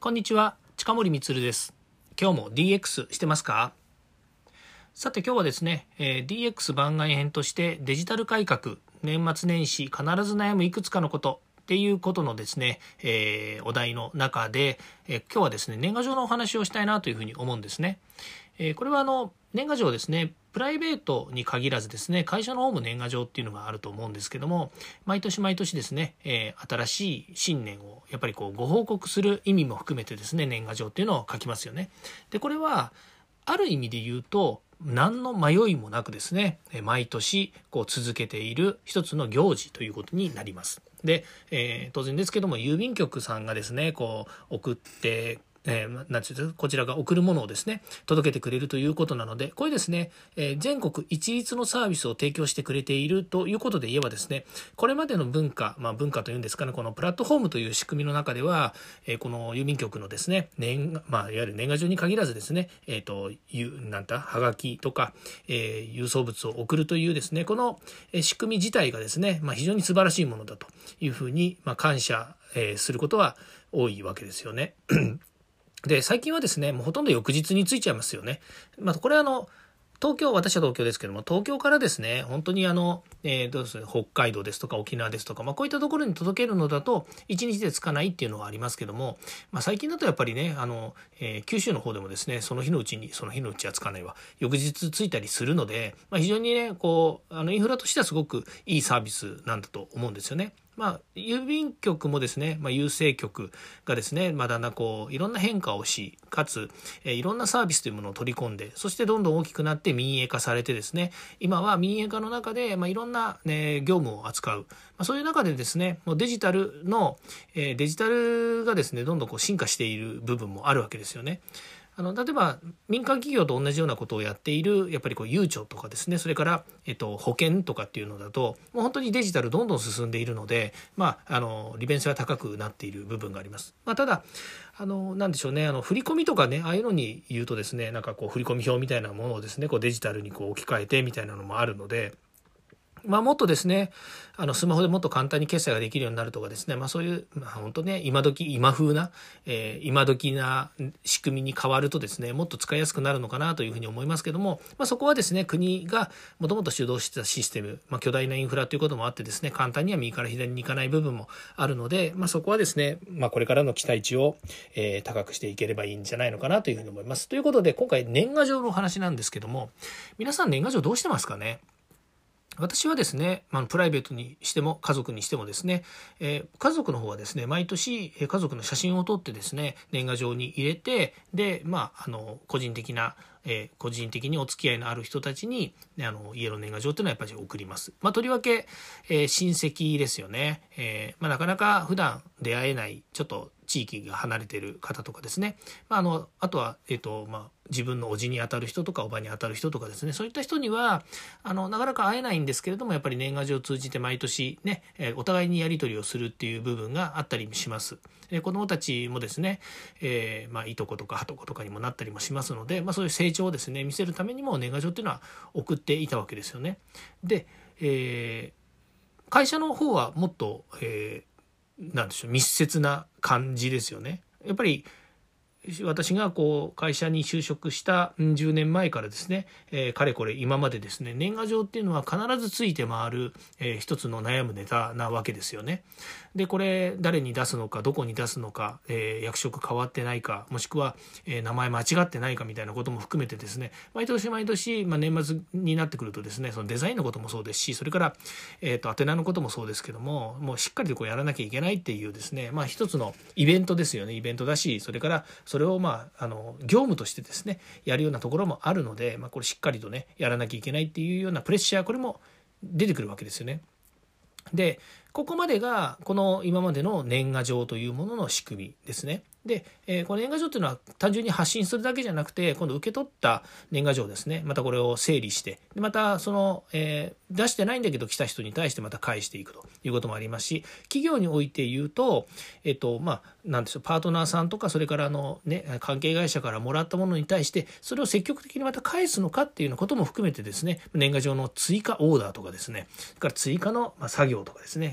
こんにちは、近森光です。今日も DX してますか？さて今日はですね、DX 番外編としてデジタル改革、年末年始必ず悩むいくつかのことっていうことのですね、お題の中で、今日はですね、年賀状のお話をしたいなというふうに思うんですね。これは年賀状ですね、プライベートに限らずですね、会社の方も年賀状っていうのがあると思うんですけども、毎年毎年ですね、新しい新年をやっぱりご報告する意味も含めてですね、年賀状っていうのを書きますよね。でこれはある意味で言うと何の迷いもなくですね、毎年続けている一つの行事ということになります。で、当然ですけども、郵便局さんがですね送ってなんていうこちらが送るものをですね届けてくれるということなので、これですね、全国一律のサービスを提供してくれているということで言えばですね、これまでの文化というんですかね、このプラットフォームという仕組みの中では、この郵便局のですねいわゆる年賀状に限らずですね、はがきとか、郵送物を送るというですねこの仕組み自体がですね、非常に素晴らしいものだというふうに、感謝することは多いわけですよね。で最近はですねもうほとんど翌日についちゃいますよね。これは私は東京ですけども、東京からですね本当に北海道ですとか沖縄ですとか、こういったところに届けるのだと1日でつかないっていうのはありますけども、最近だとやっぱりね九州の方でもですねその日のうちはつかないわ翌日ついたりするので、非常にねインフラとしてはすごくいいサービスなんだと思うんですよね。郵便局もですね、郵政局がですね、だんだんいろんな変化をし、かつ、いろんなサービスというものを取り込んで、そしてどんどん大きくなって民営化されてですね、今は民営化の中で、いろんな、業務を扱う。そういう中でですね、もうデジタルがですね、どんどん進化している部分もあるわけですよね。例えば民間企業と同じようなことをやっているやっぱりゆうちょとかですね、それから、保険とかっていうのだともう本当にデジタルどんどん進んでいるので、利便性は高くなっている部分があります。ただなんでしょうね、振り込みとかね、ああいうのに言うとですね、振り込み表みたいなものをですねデジタルに置き換えてみたいなのもあるので、もっとですねスマホでもっと簡単に決済ができるようになるとかですね、そういう、本当ね今風な、今時な仕組みに変わるとですねもっと使いやすくなるのかなというふうに思いますけども、そこはですね国がもともと主導してたシステム、巨大なインフラということもあってですね、簡単には右から左に行かない部分もあるので、そこはですね、これからの期待値を、高くしていければいいんじゃないのかなというふうに思います。ということで今回年賀状のお話なんですけども、皆さん年賀状どうしてますかね？私はですね、プライベートにしても家族にしてもですね、家族の方はですね毎年家族の写真を撮ってですね年賀状に入れて、で個人的にお付き合いのある人たちに家の年賀状っていうのはやっぱり送ります。とりわけ、親戚ですよね。なかなか普段出会えないちょっと地域が離れている方とかですね、あとは自分の叔父にあたる人とか叔母にあたる人とかですね、そういった人にはなかなか会えないんですけれども、やっぱり年賀状を通じて毎年ね、お互いにやり取りをするっていう部分があったりします。子どもたちもですね、いとことかはとことかにもなったりもしますので、そういう成長をですね見せるためにも年賀状っていうのは送っていたわけですよね。で、会社の方はもっと、なんでしょう、密接な感じですよね。やっぱり私が会社に就職した10年前からですね、かれこれ今までですね年賀状っていうのは必ずついて回る、一つの悩むネタなわけですよね。でこれ誰に出すのかどこに出すのか、役職変わってないか、もしくは、名前間違ってないかみたいなことも含めてですね、毎年毎年、年末になってくるとですね、そのデザインのこともそうですし、それから、宛名のこともそうですけども、もうしっかりとやらなきゃいけないっていうですね、一つのイベントですよね。イベントだし、それからそれを業務としてですねやるようなところもあるので、これしっかりとねやらなきゃいけないっていうようなプレッシャー、これも出てくるわけですよね。でここまでがこの今までの年賀状というものの仕組みですね。で、この年賀状というのは単純に発信するだけじゃなくて、今度受け取った年賀状ですね、またこれを整理して、でまたその、出してないんだけど来た人に対してまた返していくということもありますし、企業において言うと、なんでしょう、パートナーさんとかそれから関係会社からもらったものに対してそれを積極的にまた返すのかっていうようなことも含めてですね、年賀状の追加オーダーとかですね、それから追加の作業とかですね、い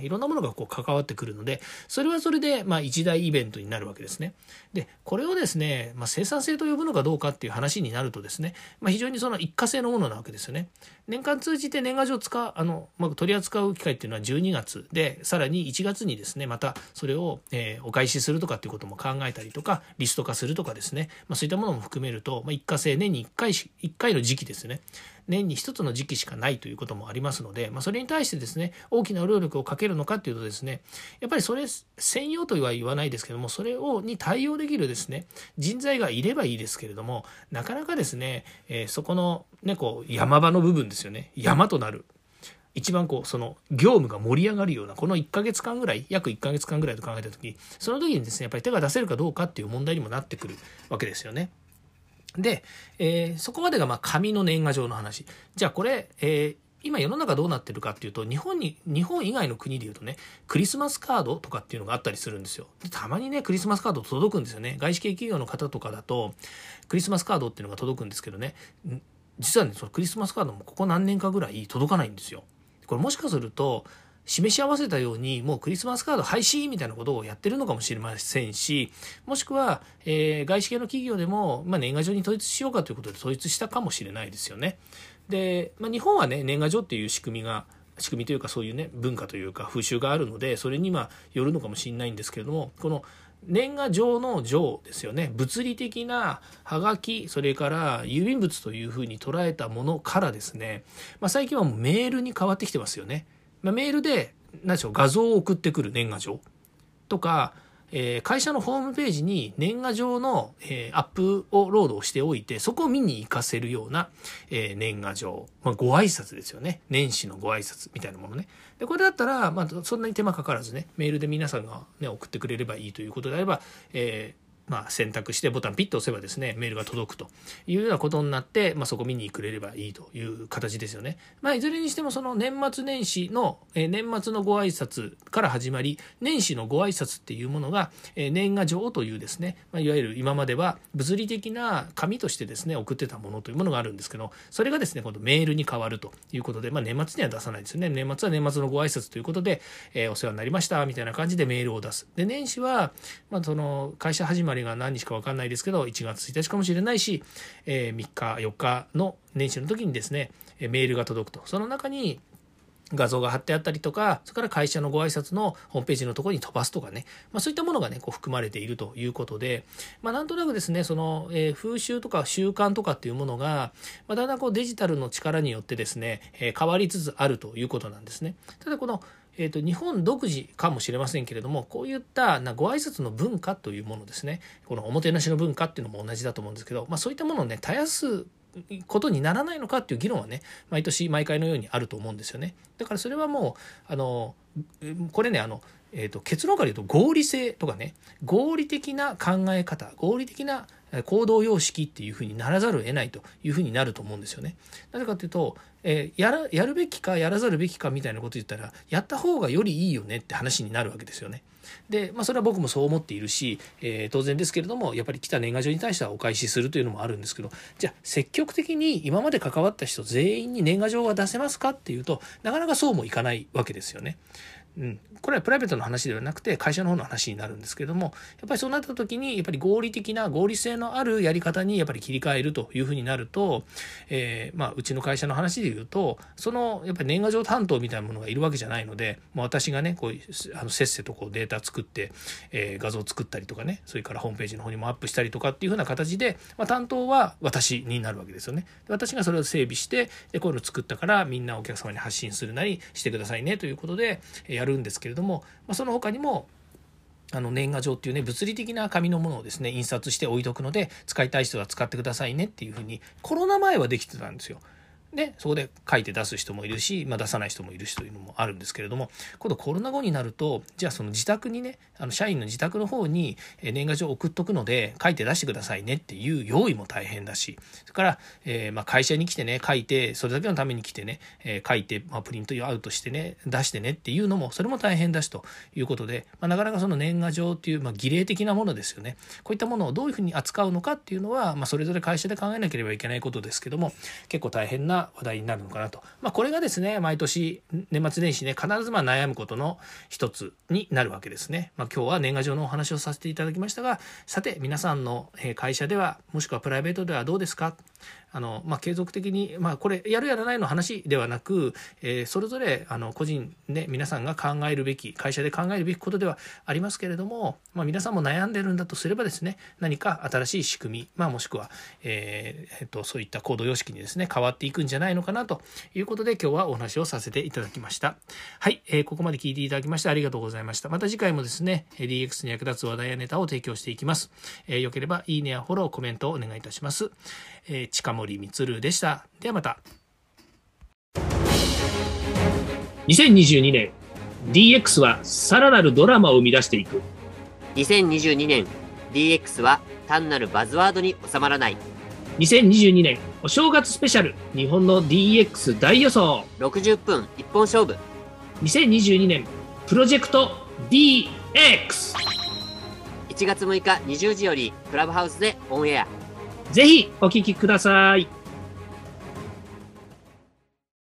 いろんなものがこう関わってくるので、それはそれで一大イベントになるわけですね。でこれをですね、生産性と呼ぶのかどうかっていう話になるとですね、非常にその一過性のものなわけですよね。年間通じて年賀状を取り扱う機会っていうのは12月で、さらに1月にですねまたそれを、お返しするとかっていうことも考えたりとか、リスト化するとかですね、そういったものも含めると、一過性、年に1回の時期ですね、年に一つの時期しかないということもありますので、それに対してですね大きな労力をかけるのかっていうとですね、やっぱりそれ専用とは言わないですけども、それに対応できるですね人材がいればいいですけれども、なかなかですね、そこのねこう山場の部分ですよね、山となる一番その業務が盛り上がるようなこの1ヶ月間ぐらい、約1ヶ月間ぐらいと考えた時、その時にですねやっぱり手が出せるかどうかっていう問題にもなってくるわけですよね。で、そこまでが紙の年賀状の話。じゃあこれ、今世の中どうなってるかっていうと、日本以外の国でいうとね、クリスマスカードとかっていうのがあったりするんですよ。でたまにねクリスマスカード届くんですよね。外資系企業の方とかだとクリスマスカードっていうのが届くんですけどね、実はねそのクリスマスカードもここ何年かぐらい届かないんですよ。これもしかすると示し合わせたようにもうクリスマスカード廃止みたいなことをやってるのかもしれませんし、もしくは、外資系の企業でも、年賀状に統一しようかということで統一したかもしれないですよね。で、日本はね年賀状っていう仕組みというかそういうね文化というか風習があるので、それによるのかもしれないんですけれども、この年賀状の状ですよね、物理的なはがき、それから郵便物というふうに捉えたものからですね、最近はもうメールに変わってきてますよね。メールで何でしょう、画像を送ってくる年賀状とか、会社のホームページに年賀状の、アップをロードをしておいて、そこを見に行かせるような、年賀状、ご挨拶ですよね、年始のご挨拶みたいなものね。でこれだったら、そんなに手間かからずねメールで皆さんが、送ってくれればいいということであれば、選択してボタンピッと押せばですねメールが届くというようなことになって、そこ見にくれればいいという形ですよね。いずれにしてもその年末年始の、年末のご挨拶から始まり、年始のご挨拶っていうものが、年賀状というですね、いわゆる今までは物理的な紙としてですね送ってたものというものがあるんですけど、それがですね今度メールに変わるということで、年末には出さないですよね。年末は年末のご挨拶ということで、お世話になりましたみたいな感じでメールを出す。で年始は、その会社始まりが何日か分かんないですけど1月1日かもしれないし、3日4日の年始の時にですねメールが届くと、その中に画像が貼ってあったりとか、それから会社のご挨拶のホームページのところに飛ばすとかね、そういったものがね含まれているということで、なんとなくですねその、風習とか習慣とかっていうものが、だんだんデジタルの力によってですね、変わりつつあるということなんですね。ただこの日本独自かもしれませんけれども、こういったご挨拶の文化というものですね、このおもてなしの文化っていうのも同じだと思うんですけど、そういったものをね絶やすことにならないのかっていう議論はね毎年毎回のようにあると思うんですよね。だからそれはもうこれね結論から言うと合理性とかね、合理的な考え方、合理的な行動様式っていうふうにならざるを得ないというふうになると思うんですよね。なぜかというと、やるべきかやらざるべきかみたいなこと言ったらやった方がよりいいよねって話になるわけですよね。で、それは僕もそう思っているし、当然ですけれども、やっぱり来た年賀状に対してはお返しするというのもあるんですけど、じゃあ積極的に今まで関わった人全員に年賀状が出せますかっていうと、なかなかそうもいかないわけですよね。これはプライベートの話ではなくて会社の方の話になるんですけれども、やっぱりそうなった時にやっぱり合理的な合理性のあるやり方にやっぱり切り替えるというふうになると、うちの会社の話で言うと、そのやっぱり年賀状担当みたいなものがいるわけじゃないので、私がねせっせとデータ作って、画像作ったりとかね、それからホームページの方にもアップしたりとかっていうふうな形で、担当は私になるわけですよね。私がそれを整備して、こういうのを作ったからみんなお客様に発信するなりしてくださいねということでやるんですけれども、その他にも年賀状っていうね物理的な紙のものをですね印刷して置いとくので、使いたい人は使ってくださいねっていうふうにコロナ前はできてたんですよ。でそこで書いて出す人もいるし、出さない人もいるしというのもあるんですけれども、今度コロナ後になると、じゃあその自宅にね社員の自宅の方に年賀状送っとくので書いて出してくださいねっていう用意も大変だし、それから、会社に来てね書いて、それだけのために来てね、書いて、プリントアウトしてね出してねっていうのもそれも大変だしということで、なかなかその年賀状っていう、儀礼的なものですよね。こういったものをどういうふうに扱うのかっていうのは、それぞれ会社で考えなければいけないことですけども、結構大変なが話題になるのかなと。これがですね、毎年年末年始ね、必ず悩むことの一つになるわけですね。今日は年賀状のお話をさせていただきましたが、さて皆さんの会社では、もしくはプライベートではどうですか？継続的に、これやるやらないの話ではなく、それぞれ個人ね、皆さんが考えるべき、会社で考えるべきことではありますけれども、皆さんも悩んでるんだとすればですね、何か新しい仕組み、もしくは、そういった行動様式にですね、変わっていくんじゃないのかなということで、今日はお話をさせていただきました。はい、ここまで聞いていただきましてありがとうございました。また次回もですね、DX に役立つ話題やネタを提供していきます。よければいいねやフォロー、コメントをお願いいたします。近森光でした。ではまた。2022年 DX はさらなるドラマを生み出していく。 2022年 DX は単なるバズワードに収まらない。 2022年お正月スペシャル日本の DX 大予想。 60分一本勝負。 2022年プロジェクト DX。 1月6日20時よりクラブハウスでオンエア。 ぜひお聞きください。